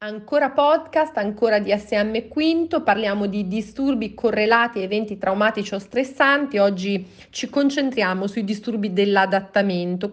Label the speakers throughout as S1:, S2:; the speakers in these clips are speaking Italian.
S1: Ancora podcast, ancora DSM Quinto, parliamo di disturbi correlati a eventi traumatici o stressanti. Oggi ci concentriamo sui disturbi dell'adattamento.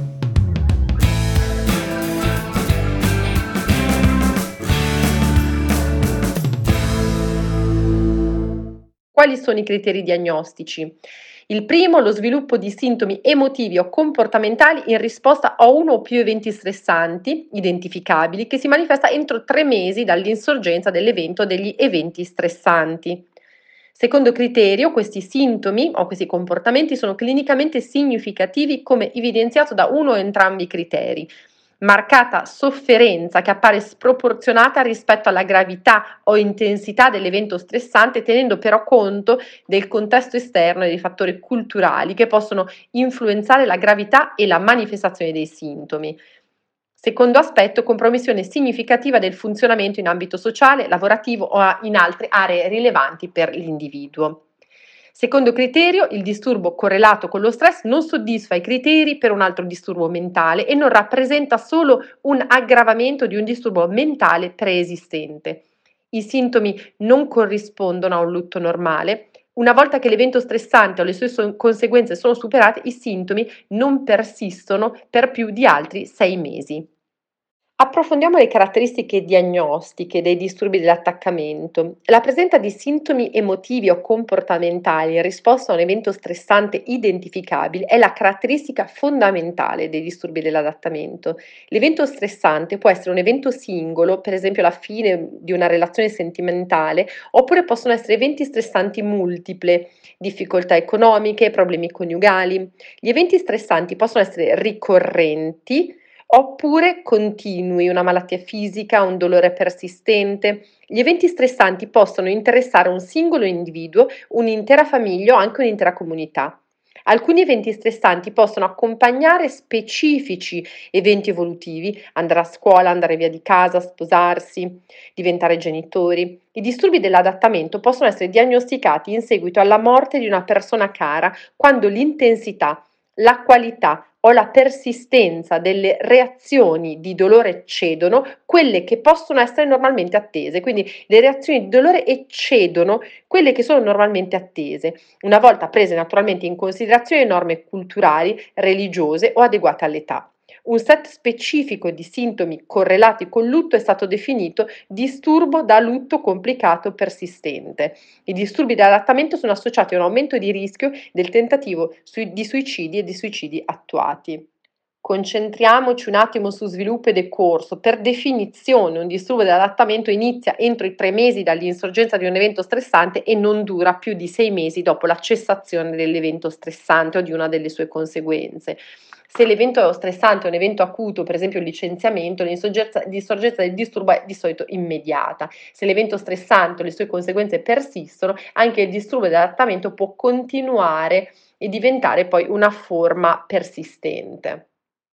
S1: Quali sono i criteri diagnostici? Il primo, lo sviluppo di sintomi emotivi o comportamentali in risposta a uno o più eventi stressanti identificabili che si manifesta entro 3 mesi dall'insorgenza dell'evento o degli eventi stressanti. Secondo criterio, questi sintomi o questi comportamenti sono clinicamente significativi come evidenziato da uno o entrambi i criteri. Marcata sofferenza che appare sproporzionata rispetto alla gravità o intensità dell'evento stressante, tenendo però conto del contesto esterno e dei fattori culturali che possono influenzare la gravità e la manifestazione dei sintomi. Secondo aspetto, compromissione significativa del funzionamento in ambito sociale, lavorativo o in altre aree rilevanti per l'individuo. Secondo criterio, il disturbo correlato con lo stress non soddisfa i criteri per un altro disturbo mentale e non rappresenta solo un aggravamento di un disturbo mentale preesistente. I sintomi non corrispondono a un lutto normale. Una volta che l'evento stressante o le sue conseguenze sono superate, i sintomi non persistono per più di altri 6 mesi. Approfondiamo le caratteristiche diagnostiche dei disturbi dell'attaccamento. La presenza di sintomi emotivi o comportamentali in risposta a un evento stressante identificabile è la caratteristica fondamentale dei disturbi dell'adattamento. L'evento stressante può essere un evento singolo, per esempio la fine di una relazione sentimentale, oppure possono essere eventi stressanti multiple, difficoltà economiche, problemi coniugali. Gli eventi stressanti possono essere ricorrenti oppure continui, una malattia fisica, un dolore persistente. Gli eventi stressanti possono interessare un singolo individuo, un'intera famiglia o anche un'intera comunità. Alcuni eventi stressanti possono accompagnare specifici eventi evolutivi, andare a scuola, andare via di casa, sposarsi, diventare genitori. I disturbi dell'adattamento possono essere diagnosticati in seguito alla morte di una persona cara, quando l'intensità, la qualità o la persistenza delle reazioni di dolore eccedono quelle che possono essere normalmente attese. Quindi le reazioni di dolore eccedono quelle che sono normalmente attese, una volta prese naturalmente in considerazione norme culturali, religiose o adeguate all'età. Un set specifico di sintomi correlati col lutto è stato definito disturbo da lutto complicato persistente. I disturbi dell'adattamento sono associati a un aumento di rischio del tentativo di suicidi e di suicidi attuati. Concentriamoci un attimo su sviluppo e decorso. Per definizione, un disturbo dell'adattamento inizia entro i 3 mesi dall'insorgenza di un evento stressante e non dura più di 6 mesi dopo la cessazione dell'evento stressante o di una delle sue conseguenze. Se l'evento stressante è un evento acuto, per esempio il licenziamento, l'insorgenza del disturbo è di solito immediata. Se l'evento stressante o le sue conseguenze persistono, anche il disturbo dell'adattamento può continuare e diventare poi una forma persistente.